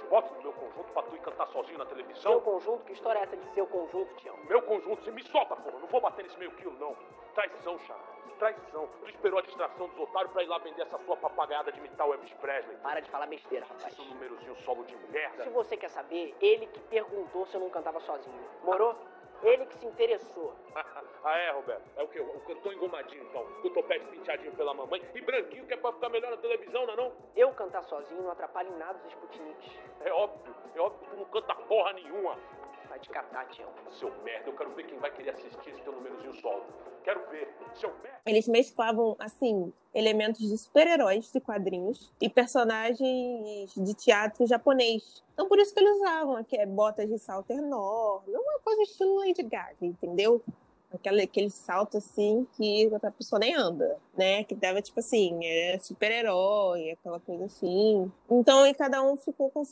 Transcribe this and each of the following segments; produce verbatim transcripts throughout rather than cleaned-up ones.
fotos no meu conjunto pra tu ir cantar sozinho na televisão? Seu conjunto? Que história é essa de seu conjunto, Tião? Meu conjunto, você me solta, porra. Não vou bater nesse meio quilo, não. Traição, Xará. Traição. Tu esperou a distração dos otários pra ir lá vender essa sua papagaiada de imitar o Elvis Presley. Para de falar besteira, rapaz. Esse é um númerozinho solo de merda. Se você quer saber, ele que perguntou se eu não cantava sozinho. Morou? Ele que se interessou. Ah, é, Roberto? É o quê? O cantor engomadinho, então. Com o topete penteadinho pela mamãe e branquinho que é pra ficar melhor na televisão, não é não? Eu cantar sozinho não atrapalha em nada os Sputniks. É óbvio. É óbvio que tu não canta porra nenhuma. Vai te catar, Tião. Seu merda, eu quero ver quem vai querer assistir esse teu númerozinho solo. Quero ver. Seu merda. Eles mesclavam, assim, elementos de super-heróis de quadrinhos e personagens de teatro japonês. Então, por isso que eles usavam aqui, botas de salto enorme, uma coisa estilo Lady Gaga, entendeu? Aquele, aquele salto, assim, que outra pessoa nem anda, né? Que dava, tipo assim, é super-herói, aquela coisa assim. Então, e cada um ficou com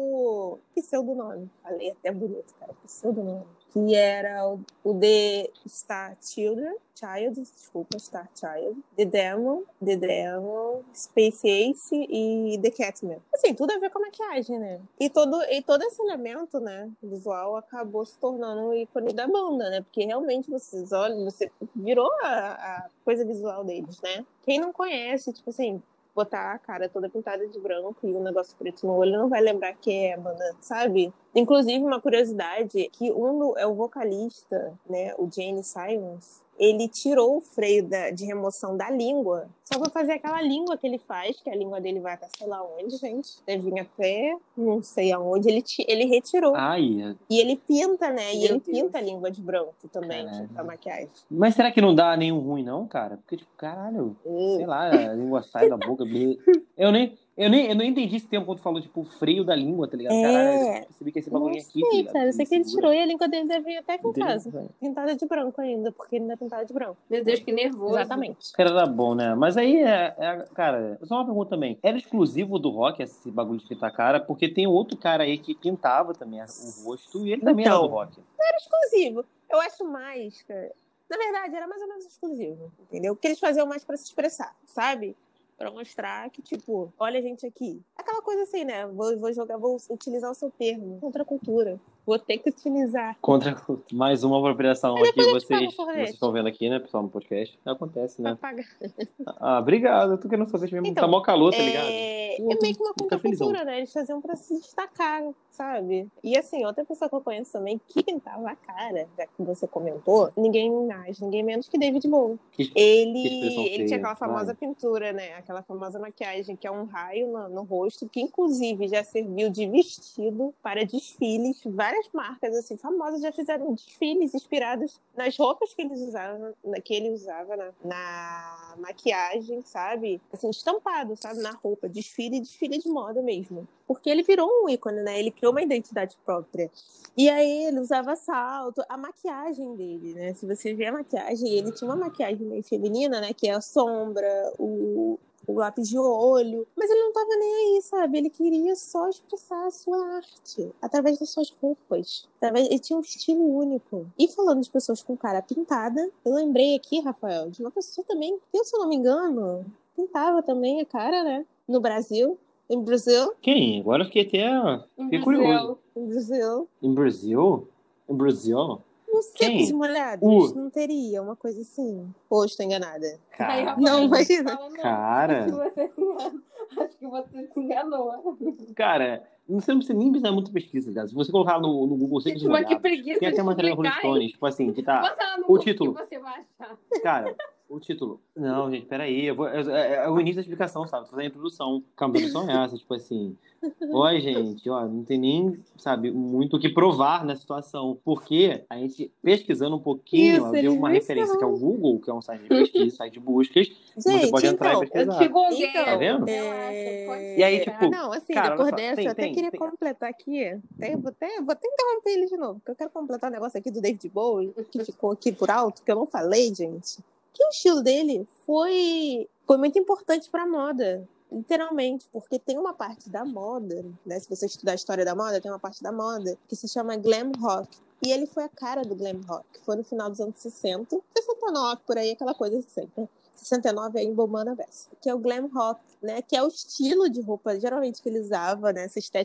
seu pseudonome. Falei até bonito, cara, pseudonome. Que era o, o The Star Children, Child, desculpa, Star Child, The Demon, The Demon, Space Ace e The Catman. Assim, tudo a ver com a maquiagem, né? E todo, e todo esse elemento, né, visual acabou se tornando um ícone da banda, né? Porque realmente vocês olham, você virou a, a coisa visual deles, né? Quem não conhece, tipo assim, botar a cara toda pintada de branco e um negócio preto no olho, não vai lembrar que é a banda, sabe? Inclusive, uma curiosidade, que um do, é o vocalista, né, o Gene Simons, ele tirou o freio da, de remoção da língua, só pra fazer aquela língua que ele faz, que a língua dele vai até sei lá onde, gente, deve vir até não sei aonde, ele, ele retirou. Ai, e ele pinta, né, e Meu ele Deus. pinta a língua de branco também, Caralho. tipo, a maquiagem. mas será que não dá nenhum ruim, não, cara? Porque, tipo, caralho, sei lá, a língua sai da boca. Eu nem, eu nem, eu nem entendi esse tempo quando tu falou, tipo, o freio da língua, tá ligado? É. Caralho, eu percebi que esse Não bagulho aqui, sei, tá ligado? cara, eu sei que ele segura. tirou e a língua dele deve ir até aqui em casa, Interessante. pintada de branco ainda, porque ele não é pintada de branco. Meu Deus, que nervoso. Exatamente. Cara, era bom, né? Mas aí, é, é, cara, só uma pergunta também. Era exclusivo do rock esse bagulho de pintar a cara? Porque tem outro cara aí que pintava também o rosto e ele também Então. era do rock. Era exclusivo. Eu acho mais, cara. Na verdade, era mais ou menos exclusivo, entendeu? Porque eles faziam mais pra se expressar, sabe? Pra mostrar que, tipo, olha a gente aqui. Aquela coisa assim, né? Vou, vou jogar, vou utilizar o seu termo. Contra a cultura. Vou ter que utilizar. Contra mais uma apropriação Aí aqui, depois eu te vocês, pago, Forrest. vocês estão vendo aqui, né, pessoal, no podcast. Acontece, Pra né? pagar. Ah, obrigado. Eu tô querendo saber mesmo. Então, tá mó calor, tá ligado? É, Pô, é meio que uma fica felizão. contracultura, né? Eles faziam pra se destacar, sabe? E assim, outra pessoa que eu conheço também que pintava a cara, já que você comentou, ninguém mais, ninguém menos que David Bowie. Que, que Ele, expressão ele feia, tinha aquela famosa vai. pintura, né? Aquela famosa maquiagem que é um raio no, no rosto, que inclusive já serviu de vestido para desfiles. Várias marcas assim famosas já fizeram desfiles inspirados nas roupas que eles usavam, que ele usava na, na maquiagem, sabe? Assim, estampado, sabe? Na roupa, desfile, desfile de moda mesmo. Porque ele virou um ícone, né? Ele criou uma identidade própria. E aí ele usava salto, a maquiagem dele, né? Se você vê a maquiagem, ele tinha uma maquiagem meio feminina, né? Que é a sombra, o, o lápis de olho. Mas ele não tava nem aí, sabe? Ele queria só expressar a sua arte através das suas roupas. Através... Ele tinha um estilo único. E falando de pessoas com cara pintada, eu lembrei aqui, Rafael, de uma pessoa também, que, se eu não me engano, pintava também a cara, né? No Brasil. Em Brasil. Quem? Agora eu fiquei até... Fiquei curioso. Em Brasil. Em Brasil? Em Brasil? Nos Quem? secos molhados, Uh. não teria uma coisa assim? Ou estou enganada? Aí, Cara, Rafael, Não, imagina. fala, não. Cara. Acho que você se enganou. Acho que você se enganou. cara, você não precisa nem precisar muito pesquisa, cara. Se você colocar no, no Google Secos Gente, mas que Molhados, preguiça tem até de uma matéria no Rolling explicar, Stones, tipo assim, que tá... Bota lá no o Google título. que você vai achar. Cara, o título... Não, gente, peraí. Eu vou, é, é, é o início da explicação, sabe? Tô fazendo a introdução. Calma, a introdução é essa, tipo assim... Oi, gente, ó, não tem nem, sabe, muito o que provar na situação. Porque a gente, pesquisando um pouquinho, Isso, eu dei eles uma nem referência são. que é o Google, que é um site de pesquisa, site de buscas. você Gente, pode entrar então, e pesquisar. Eu te googlei. Então, Tá vendo? Relaxa, pode é... ser. E aí, tipo, Não, assim, cara, depois olha só, dessa, tem- eu até tem- queria tem- completar aqui. Até, vou, até, vou até interromper ele de novo, porque eu quero completar um negócio aqui do David Bowie, que ficou aqui por alto, que eu não falei, gente. Que o estilo dele foi, foi muito importante pra moda. Literalmente, porque tem uma parte da moda, né? Se você estudar a história da moda, tem uma parte da moda que se chama glam rock. E ele foi a cara do glam rock. Foi no final dos anos sessenta, sessenta e nove, por aí, aquela coisa assim. sessenta e nove é em Bomana Versa. Que é o glam rock, né? Que é o estilo de roupa, geralmente, que ele usava, né? Essa estética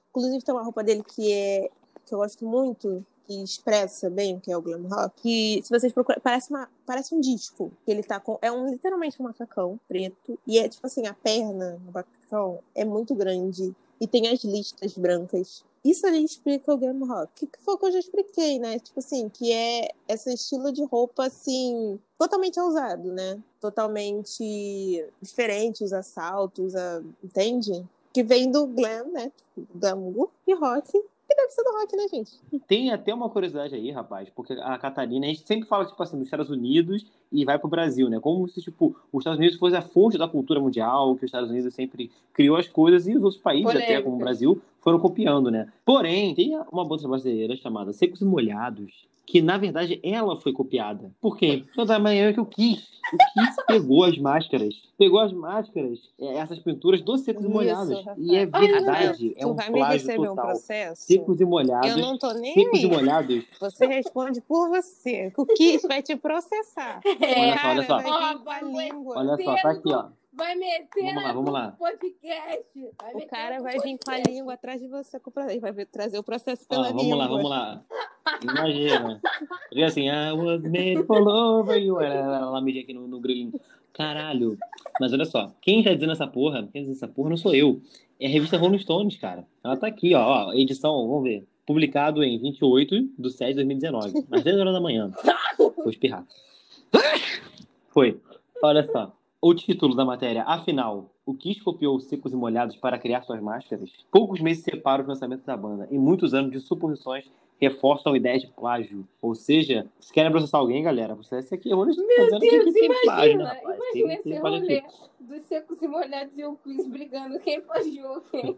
Inclusive tem uma roupa dele que é que eu gosto muito, que expressa bem o que é o glam rock, que se vocês procurarem, parece, uma, parece um disco, que ele tá com, é um, literalmente um macacão preto, e é tipo assim, a perna do macacão é muito grande, e tem as listas brancas. Isso ali explica o glam rock, que foi o que eu já expliquei, né? Tipo assim, que é esse estilo de roupa, assim, totalmente ousado, né? Totalmente diferente, usa salto, usa, entende? Que vem do glam, né? Glamour e rock, que deve ser do rock, né, gente? Tem até uma curiosidade aí, rapaz, porque a Catarina, a gente sempre fala, tipo assim, dos Estados Unidos e vai pro Brasil, né? Como se, tipo, os Estados Unidos fosse a fonte da cultura mundial, que os Estados Unidos sempre criou as coisas e os outros países, Polêmica. até como o Brasil, foram copiando, né? Porém, tem uma banda brasileira chamada Secos e Molhados, que, na verdade, ela foi copiada. Por quê? Porque da manhã que o Kiss, o Kiss pegou as máscaras, pegou as máscaras, é, essas pinturas dos Secos e Isso, Molhados. Rafael. E é Ai, verdade, é tu um vai me plágio receber um total. processo? Secos e Molhados, Eu não tô nem Secos aí. e Molhados. Você responde por você. O Kiss vai te processar. É. O cara Olha só, olha vai só. vir com a Ó, vai- língua. Olha só, tá aqui, ó. Vai meter Vamos lá, na vamos do lá. podcast. Vai O meter cara no vai vir com a podcast. língua atrás de você. com o processo. Ele vai vir trazer o processo Ó, pela vamos língua. lá, vamos lá. Imagina. Porque assim, I was made for over you. Ela, ela media aqui no, no grilinho. Caralho. Mas olha só, quem tá dizendo essa porra, quem tá dizendo essa porra não sou eu. É a revista Rolling Stones, cara. Ela tá aqui, ó. ó edição, vamos ver. Publicado em vinte e oito de sete de dois mil e dezenove. Às dez horas da manhã. Vou espirrar. Foi. Olha só. O título da matéria, afinal, o Kiss copiou os Secos e Molhados para criar suas máscaras? Poucos meses separam os lançamentos da banda e muitos anos de suposições reforçam a ideia de plágio. Ou seja, se querem processar alguém, galera, processa aqui. Eu Meu Deus, imagina. rapaz. Imagina Tem- esse tem plágio rolê aqui. dos Secos e Molhados e o Chris brigando. Quem plagiou quem?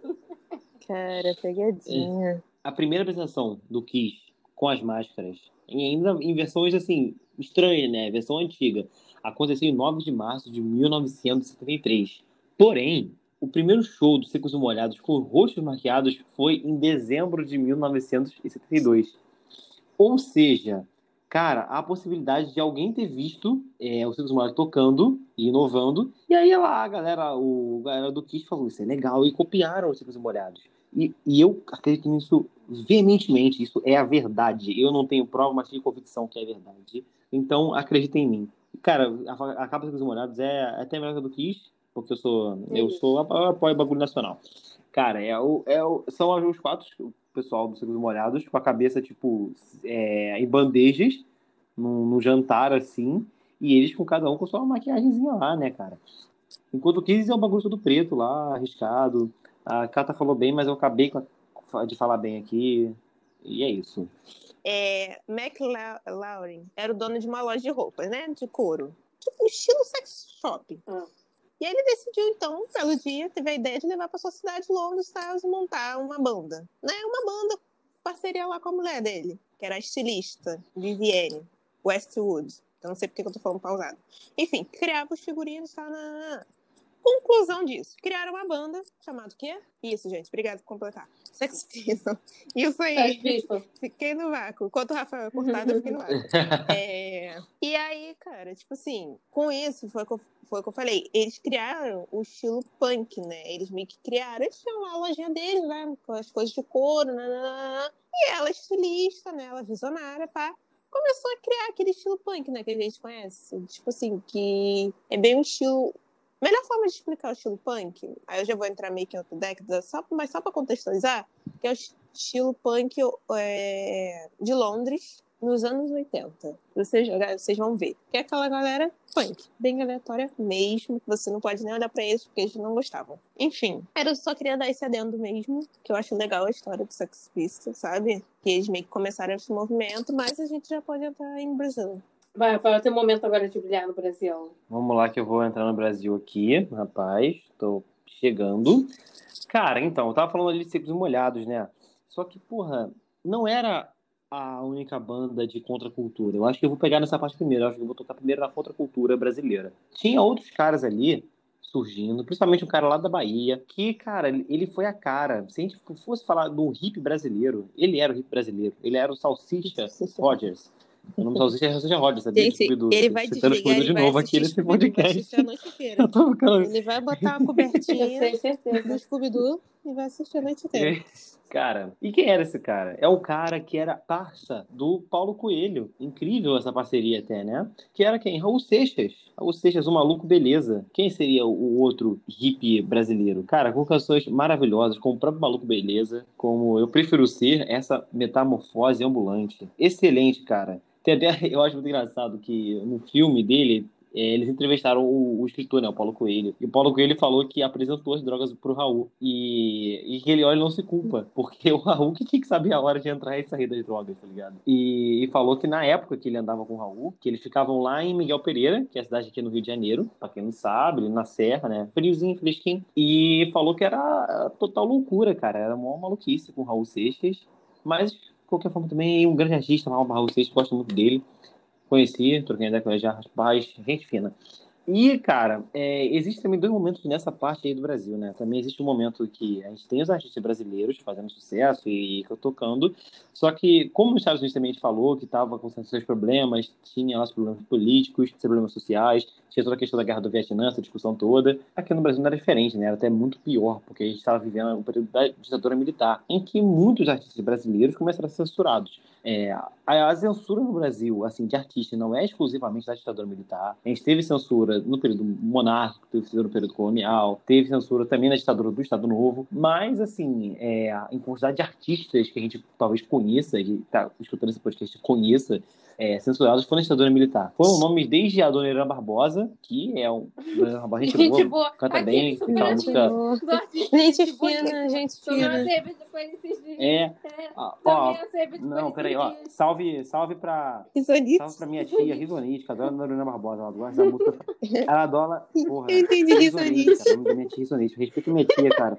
Cara, pegadinha. A primeira apresentação do Kiss com as máscaras, e ainda em versões assim, estranhas, né? Versão antiga, aconteceu em nove de março de mil novecentos e setenta e três. Porém, o primeiro show dos Secos e Molhados com rostos maquiados foi em dezembro de mil novecentos e setenta e dois. Ou seja, cara, há a possibilidade de alguém ter visto é, o Secos e Molhados tocando e inovando, e aí lá a galera, o, a galera do Kiss falou, isso é legal, e copiaram os Secos e Molhados. E, e eu acredito nisso veementemente, isso é a verdade. Eu não tenho prova, mas tenho convicção que é verdade. Então, acredita em mim. Cara, a, a capa dos Molhados é, é até melhor que a do Kiss, porque eu sou, eu sou eu apoio o bagulho nacional. Cara, é o, é o, são os quatro, o pessoal dos Secos e Molhados, com a cabeça, tipo, é, em bandejas, num, num jantar, assim, e eles com cada um com sua maquiagemzinha lá, né, cara? Enquanto o Kiss é um bagulho todo preto lá, arriscado. A Cata falou bem, mas eu acabei de falar bem aqui. E é isso. É, McLaurin era o dono de uma loja de roupas, né? De couro. Tipo, estilo sex shop. Hum. E aí ele decidiu, então, pelo dia, teve a ideia de levar pra sua cidade, Londres, Styles, e montar uma banda. Né? Uma banda, parceria lá com a mulher dele, que era a estilista, Vivienne Westwood. Então não sei porque que eu tô falando pausado. Enfim, criava os figurinos, tá? Na... Conclusão disso, criaram uma banda chamada o quê? Isso, gente, obrigada por completar. Sex Pistols. Isso aí. Fiquei no vácuo. Enquanto o Rafael é cortado, eu fiquei no vácuo. É... E aí, cara, tipo assim, com isso, foi o que eu, foi o que eu falei. Eles criaram o estilo punk, né? Eles meio que criaram, eles tinham lá a lojinha deles, né? Com as coisas de couro, nananana. E ela, estilista, né? Ela visionária, pá. Começou a criar aquele estilo punk, né? Que a gente conhece. Tipo assim, que é bem um estilo... Melhor forma de explicar o estilo punk, aí eu já vou entrar meio que em outra década, só, mas só para contextualizar, que é o estilo punk é, de Londres nos anos oitenta. Vocês, vocês vão ver. Que é aquela galera punk, bem aleatória mesmo, que você não pode nem olhar para eles porque eles não gostavam. Enfim, eu só queria dar esse adendo mesmo, que eu acho legal a história do Sex Pistols, sabe? Que eles meio que começaram esse movimento, mas a gente já pode entrar em Brasil. Vai, Rafael, tem um momento agora de brilhar no Brasil. Vamos lá que eu vou entrar no Brasil aqui, rapaz. Tô chegando. Cara, então, eu tava falando ali de Secos e Molhados, né? Só que, porra, não era a única banda de contracultura. Eu acho que eu vou pegar nessa parte primeiro. Eu acho que eu vou tocar primeiro na contracultura brasileira. Tinha outros caras ali surgindo, principalmente um cara lá da Bahia, que, cara, ele foi a cara. Se a gente fosse falar do hip brasileiro, ele era o hip brasileiro. Ele era o Salsicha Rogers. O nome do Salsicha é Salsicha Rogers, sabia? Gente, ele vai Citando desligar, ele de vai novo assistir aqui nesse Scooby-Doo, vai podcast. assistir a noite inteira. Eu tô ficando... Ele vai botar a cobertinha Eu tenho certeza. do Scooby-Doo E vai assistir a noite inteira. Cara, e quem era esse cara? É o cara que era parça do Paulo Coelho. Incrível essa parceria até, né? Que era quem? Raul Seixas. Raul Seixas, o maluco beleza. Quem seria o outro hippie brasileiro? Cara, com canções maravilhosas, como o próprio Maluco Beleza, como Eu Prefiro Ser, essa metamorfose ambulante. Excelente, cara. Tem até, eu acho muito engraçado que no filme dele, é, eles entrevistaram o, o escritor, né, o Paulo Coelho. E o Paulo Coelho falou que apresentou as drogas pro Raul. E, e que ele olha e não se culpa. Porque o Raul que tinha que saber a hora de entrar e sair das drogas, tá ligado? E, e falou que na época que ele andava com o Raul, que eles ficavam lá em Miguel Pereira, que é a cidade aqui no Rio de Janeiro, pra quem não sabe, ali na Serra, né? Friozinho, fresquinho. E falou que era total loucura, cara. Era uma maluquice com o Raul Seixas. Mas, de qualquer forma, também um grande artista, o Raul Seixas, gosto muito dele. Conheci, troquei ideia com ele já, rapaz, gente fina. E, cara, é, existe também dois momentos nessa parte aí do Brasil, né? Também existe um momento que a gente tem os artistas brasileiros fazendo sucesso e, e tocando, só que, como nos Estados Unidos também a gente falou, que estava com seus problemas, tinha lá os problemas políticos, seus problemas sociais, tinha toda a questão da guerra do Vietnã, essa discussão toda, aqui no Brasil não era diferente, né? Era até muito pior, porque a gente estava vivendo um período da ditadura militar, em que muitos artistas brasileiros começaram a ser censurados. É, a, a censura no Brasil, assim, de artista não é exclusivamente da ditadura militar. A gente teve censura no período monárquico, teve censura no período colonial, teve censura também na ditadura do Estado Novo, mas, assim, é, em quantidade de artistas que a gente talvez conheça, que está escutando esse podcast, conheça, é, censurados foram na ditadura militar. Foram nomes desde a Dona Irã Barbosa, que é um... Uma gente, Gente boa, boa. canta Aqui, bem, super aquela assim, música... do artista, Gente boa, fina, gente tomei uma fina. cerveja com ele esses dias. É, É, ó, tomei uma cerveja com ele não, esses peraí, ó, dias. salve, salve pra... Risonite. Salve pra minha tia, Risonite, que adora a Dona Barbosa. Ela gosta da música. Ela adora. Porra. Eu entendi Risonite. Cara. O nome da minha tia Risonite. Respeita minha tia, cara.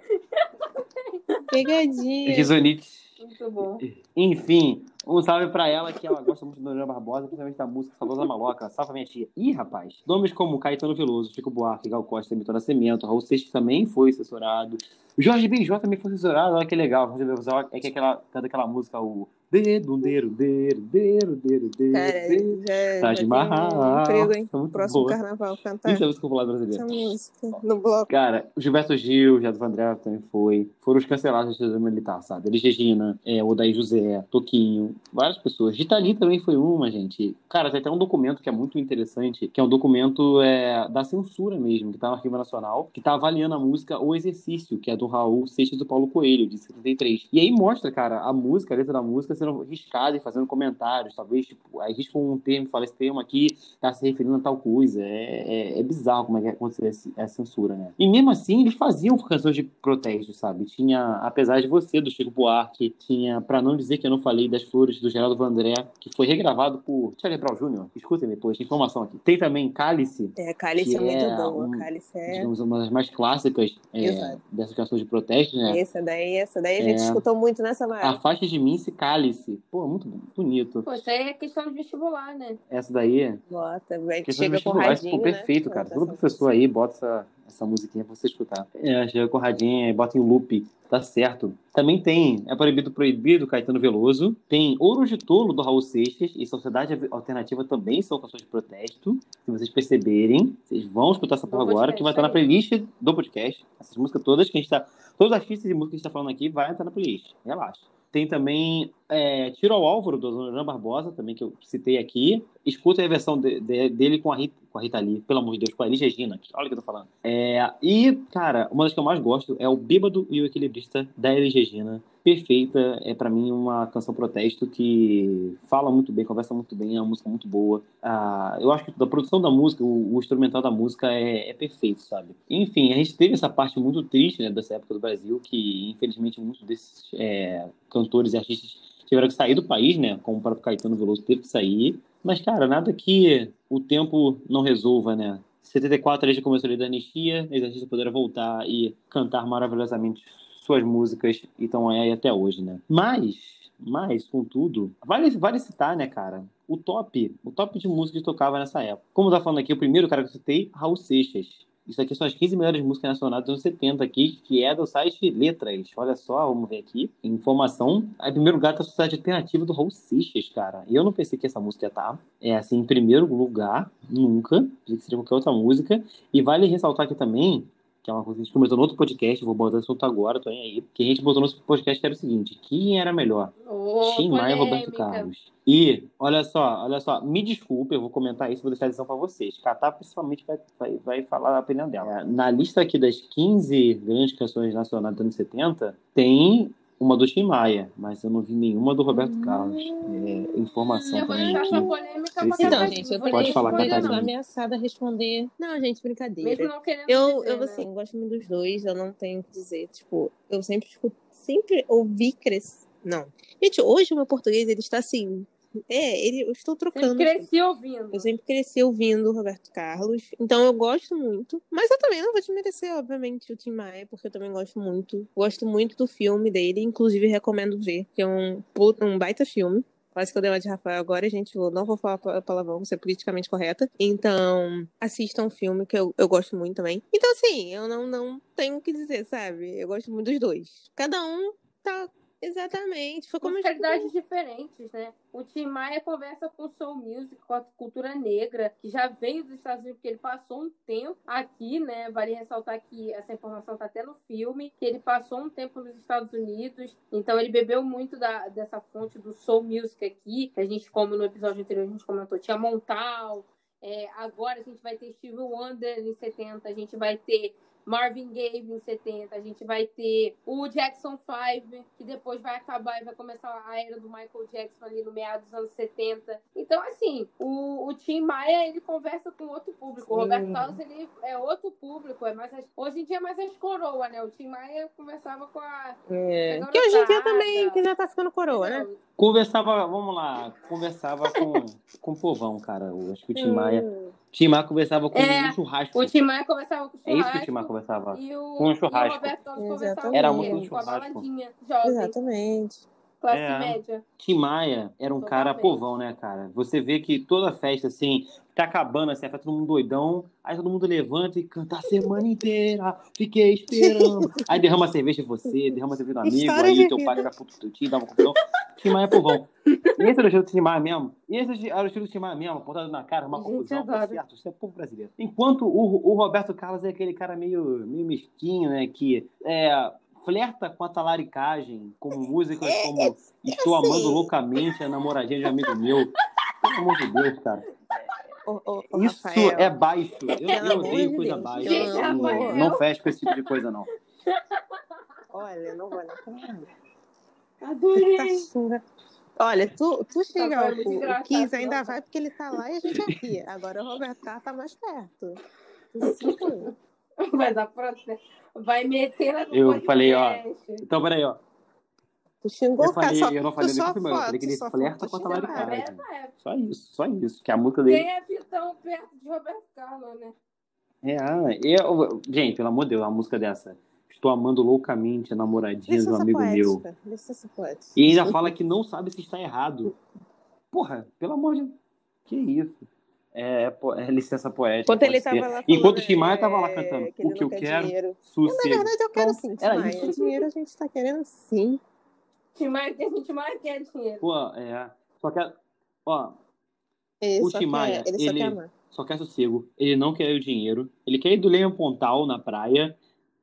Pegadinha. Risonite. Muito bom. Enfim, um salve pra ela, que ela gosta muito da Dona Barbosa, principalmente da música Saudosa Maloca. Salve pra minha tia. Ih, rapaz. Nomes como Caetano Veloso, Chico Buarque, Gal Costa, Milton Nascimento, Raul Seixas também foi censurado. O Jorge Benjó também foi censurado. Olha que legal. Jorge Benjó é que aquela, canta aquela música, o dedo, dedo, dedo, dedo, dedo, dedo, Cara, dedo. já, Taj já Mahal. tem um emprego, hein? Essa é muito Próximo boa. carnaval, cantar Isso é música popular brasileira. essa música no bloco. Cara, o Gilberto Gil, Geraldo Vandré também foi. Foram os cancelados da ditadura militar, sabe? Elis Regina, é, Odair José, Toquinho, várias pessoas. Rita Lee também foi uma, gente. Cara, tem até um documento que é muito interessante, que é um documento é, da censura mesmo, que tá no Arquivo Nacional, que tá avaliando a música O Exercício, que é do Raul Seixas do Paulo Coelho, de setenta e três. E aí mostra, cara, a música, a letra da música sendo riscada e fazendo comentários, talvez, tipo, aí riscam um termo, fala esse termo aqui tá se referindo a tal coisa. É, é, é bizarro como é que acontece a censura, né? E mesmo assim, eles faziam canções de protesto, sabe? Tinha Apesar de Você, do Chico Buarque, tinha Pra Não Dizer Que Eu Não Falei, das Flores, do Geraldo Vandré, que foi regravado por Charlie Brown Júnior Escutem depois, tem informação aqui. Tem também Cálice. É, Cálice é muito boa. Um, Cálice é... digamos, uma das mais clássicas é, dessas canções de protesto, né? Essa daí, essa daí a gente É. escutou muito nessa maré. Afaste de Mim, Se Cálice. Pô, muito bonito. Pô, isso aí é questão de vestibular, né? Essa daí... Bota, vai, Questão chega de com vestibular, radinho, pô, né? perfeito, cara. Bota Todo essa professor música. aí bota essa, essa musiquinha pra você escutar. É, chega com radinha, bota em loop, tá certo. Também tem É Proibido Proibido, Caetano Veloso. Tem Ouro de Tolo, do Raul Seixas. E Sociedade Alternativa também são canções de protesto. Se vocês perceberem, vocês vão escutar essa porra Do agora, podcast, que vai estar na aí. playlist do podcast. Essas músicas todas que a gente tá... Todos os artistas e músicas que a gente tá falando aqui vai entrar na playlist. Relaxa. Tem também é, Tiro ao Álvaro, do Dona Irã Barbosa, também, que eu citei aqui. Escuta a versão de, de, dele com a, Rita, com a Rita Lee, pelo amor de Deus, com a Elis Regina. Olha o que eu tô falando. É, e, cara, uma das que eu mais gosto é o Bêbado e o Equilibrista, da Elis Regina. Perfeita, é pra mim uma canção protesto que fala muito bem, conversa muito bem, é uma música muito boa. Ah, eu acho que da produção da música, o, o instrumental da música é, é perfeito, sabe? Enfim, a gente teve essa parte muito triste, né, dessa época do Brasil, que infelizmente muitos desses é, cantores e artistas tiveram que sair do país, né? Como o próprio Caetano Veloso teve que sair. Mas, cara, nada que o tempo não resolva, né? Em setenta e quatro, a gente começou a lei da anistia, os artistas puderam voltar e cantar maravilhosamente suas músicas e estão aí até hoje, né? Mas, mas, contudo, vale, vale citar, né, cara? O top, o top de música que tocava nessa época. Como tá falando aqui, o primeiro cara que eu citei, Raul Seixas. Isso aqui são as quinze melhores músicas nacionais dos anos setenta aqui, que é do site Letras. Olha só, vamos ver aqui. Informação. Aí, em primeiro lugar, tá a Sociedade Alternativa do Raul Seixas, cara. E eu não pensei que essa música ia estar. É assim, em primeiro lugar, nunca. Pensei que seria qualquer outra música. E vale ressaltar aqui também que é uma coisa que a gente comentou no outro podcast, vou botar esse assunto agora, tô nem aí, que a gente botou no outro podcast que era o seguinte, quem era melhor? Ô, Tim Maia e Roberto polêmica. Carlos. E, olha só, olha só, me desculpe, eu vou comentar isso, vou deixar a edição pra vocês. Catar principalmente vai, vai, vai falar a opinião dela. Na lista aqui das quinze grandes canções nacionais dos anos setenta, tem uma do Tim Maia, mas eu não vi nenhuma do Roberto Carlos. É, informação Eu vou também deixar aqui. essa polêmica pra Precisa. Então, Catarina. gente, eu Vou Pode nem falar, responder, eu sou Catarina. não. ameaçada a responder. Não, gente, brincadeira. Mesmo não querendo Eu, dizer, eu né? assim, gosto muito dos dois, eu não tenho o que dizer. Tipo, eu sempre escuto, sempre ouvi crescer. Não. Gente, hoje o meu português, ele está assim. É, ele, eu estou Sempre trocando. cresci ouvindo. Eu sempre cresci ouvindo o Roberto Carlos, então eu gosto muito. Mas eu também não vou desmerecer, obviamente, o Tim Maia, porque eu também gosto muito. Gosto muito do filme dele, inclusive recomendo ver, que é um, puta- um baita filme. Quase que eu dei uma de Rafael agora, gente. Eu não vou falar pa- palavrão, vou ser politicamente correta. Então, assistam um filme que eu, eu gosto muito também. Então, assim, eu não, não tenho o que dizer, sabe? Eu gosto muito dos dois. Cada um tá. Exatamente. Foi como eu Musicalidades diferentes, né? O Tim Maia conversa com o Soul Music, com a cultura negra, que já veio dos Estados Unidos, porque ele passou um tempo aqui, né? Vale ressaltar que essa informação tá até no filme, que ele passou um tempo nos Estados Unidos, então ele bebeu muito da, dessa fonte do Soul Music aqui, que a gente, como no episódio anterior a gente comentou, tinha Montal, é, agora a gente vai ter Stevie Wonder em setenta, a gente vai ter Marvin Gaye em setenta, a gente vai ter o Jackson five, que depois vai acabar e vai começar a era do Michael Jackson ali no meados dos anos setenta. Então, assim, o, o Tim Maia, ele conversa com outro público. O Roberto Carlos, ele é outro público. É mais as, hoje em dia é mais as coroas, né? O Tim Maia conversava com a... É, com a que hoje em dia garotada, também, que já tá ficando coroa, né? entendeu? Conversava, vamos lá, conversava com, com o povão, cara. Eu acho que o Tim Maia, Hum. Tim Maia conversava com É, um churrasco. O Tim Maia conversava com o É isso que o Tim Maia churrasco. conversava. E o, Com um e o churrasco. Roberto Carlos conversava Exatamente. Era com o muito quê? um Com a churrasco. baladinha jovem, Exatamente. classe É. média. Tim Maia era um cara Totalmente. povão, né, cara? Você vê que toda festa, assim, tá acabando, assim, a festa todo mundo doidão, aí todo mundo levanta e canta a semana inteira, fiquei esperando. Aí derrama cerveja em você, derrama cerveja no amigo, História aí de o teu pai vida. fica puto com teu tio, dá uma confusão. Tim Maia é povão. E esse era o estilo do Tim Maia mesmo. E esse era o estilo do Tim Maia mesmo, apontado na cara, uma Gente, confusão, tá adoro. certo, isso é povo brasileiro. Enquanto o, o Roberto Carlos é aquele cara meio, meio mesquinho, né, que é... flerta com a talaricagem, como músicas É, como é, Estou assim. Amando Loucamente, a namoradinha de um amigo meu. Pelo amor de Deus, cara. Ô, ô, ô, Isso Rafael, é baixo. Eu, pelo eu amor odeio de coisa Deus, baixa. Gente, pelo amor. Rafael. Não, não fecho com esse tipo de coisa, não. Olha, não vou nem falar. Adorei. Caçunga. Olha, tu, tu chega, Rafael é ó, muito o, o engraçado, Kiss ainda não. vai porque ele tá lá e a gente aqui. Agora o Roberto Carlos tá mais perto. Tu sinto eu. Vai dar pra... Vai meter na Eu falei, ó. podcast. Então, peraí, ó. Tu xingou Eu o cara, falei, só, eu não falei tu nem só com o meu, eu falei foto, que ele só flerta foto, com a xingar. talaricagem. É, é. Só isso, só isso. Que a música dele... Quem é Vitão perto de Roberto Carlos, né? É, ah, eu... Gente, pelo amor de Deus, uma música dessa. Estou amando loucamente a namoradinha de um Licença amigo meu. poética. Licença poética. E ainda fala que não sabe se está errado. Porra, pelo amor de Deus. Que isso? É, po- é licença poética. Enquanto ele pode ser. tava lá falando, Enquanto o Tim Maia tava lá é, cantando. que ele O que não eu quer quero, dinheiro. Eu, na sossego. verdade, eu quero Pronto, sim, Tim era Maia. isso. Dinheiro a gente tá querendo sim. Tim Maia, tem gente mais que é dinheiro. Pô, é. Só que, ó, Ele o só Tim quer, Maia, ele só quer ele amar. só quer sossego. Ele não quer o dinheiro. Ele quer ir do Leão Pontal na praia.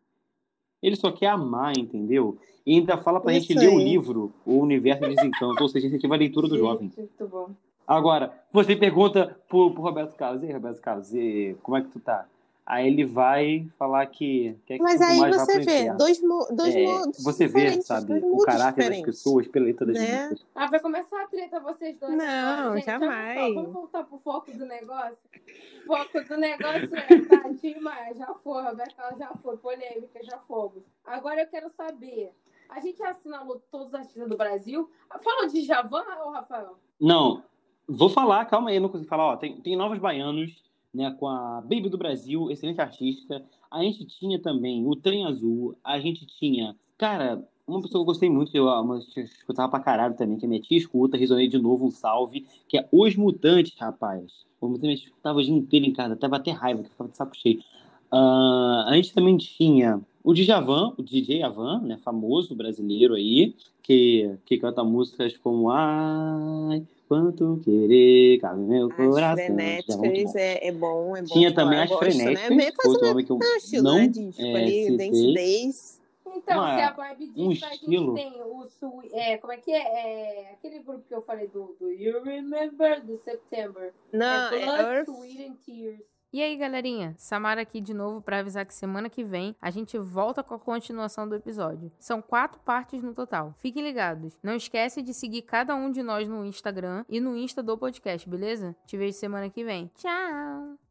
Ele só quer amar, entendeu? E ainda fala pra gente Isso ler o aí. livro O Universo de Desencanto. Ou seja, incentiva a leitura do jovem. Gente, muito bom. Agora, você pergunta pro, pro Roberto Carlos, e aí, Roberto Carlos, e como é que tu tá? Aí ele vai falar que quer que Mas tudo aí mais vá você pro vê, inferno. dois, mo- dois É, modos você vê, diferentes, sabe, dois o moods caráter das diferentes. pessoas pela letra das Né? músicas. Ah, vai começar a treta vocês dois Não, agora. Gente, olha jamais. só, vamos voltar pro foco do negócio? O foco do negócio é, tá, Tim Maia, já foi, Roberto Carlos já foi, polêmica, já fomos. Agora eu quero saber, a gente assinalou todos os artistas do Brasil. Falou de Djavan, ô Rafael? Não, vou falar, calma aí, eu não consigo falar. Ó, tem, tem Novos Baianos, né, com a Baby do Brasil, excelente artista. A gente tinha também o Trem Azul, a gente tinha, cara, uma pessoa que eu gostei muito, que eu, uma, que eu escutava pra caralho também, que a minha tia escuta, resonei de novo, um salve, que é Os Mutantes, rapaz. Os Mutantes, eu escutava o dia inteiro em casa, tava até raiva, que eu ficava de saco cheio. Ah, a gente também tinha o Djavan, o D J Avan, né, famoso brasileiro aí, que, que canta músicas como Ai, Quanto querer, cabe meu As coração. frenéticas é, é bom, é bom. Tinha tipo, também eu as gosto, frenéticas, né? Bem faz outro uma, nome que eu um estilo, não né? De, tipo, é, ali, Dance citei. Então, Days. Uma- se a vibe disso, um a gente estilo. tem o Sui- é, como é que é? É aquele grupo que eu falei do, do You Remember, do September. Não, é é Blood, Earth. Sweat and Tears. E aí, galerinha? Samara aqui de novo pra avisar que semana que vem a gente volta com a continuação do episódio. São quatro partes no total. Fiquem ligados. Não esquece de seguir cada um de nós no Instagram e no Insta do podcast, beleza? Te vejo semana que vem. Tchau!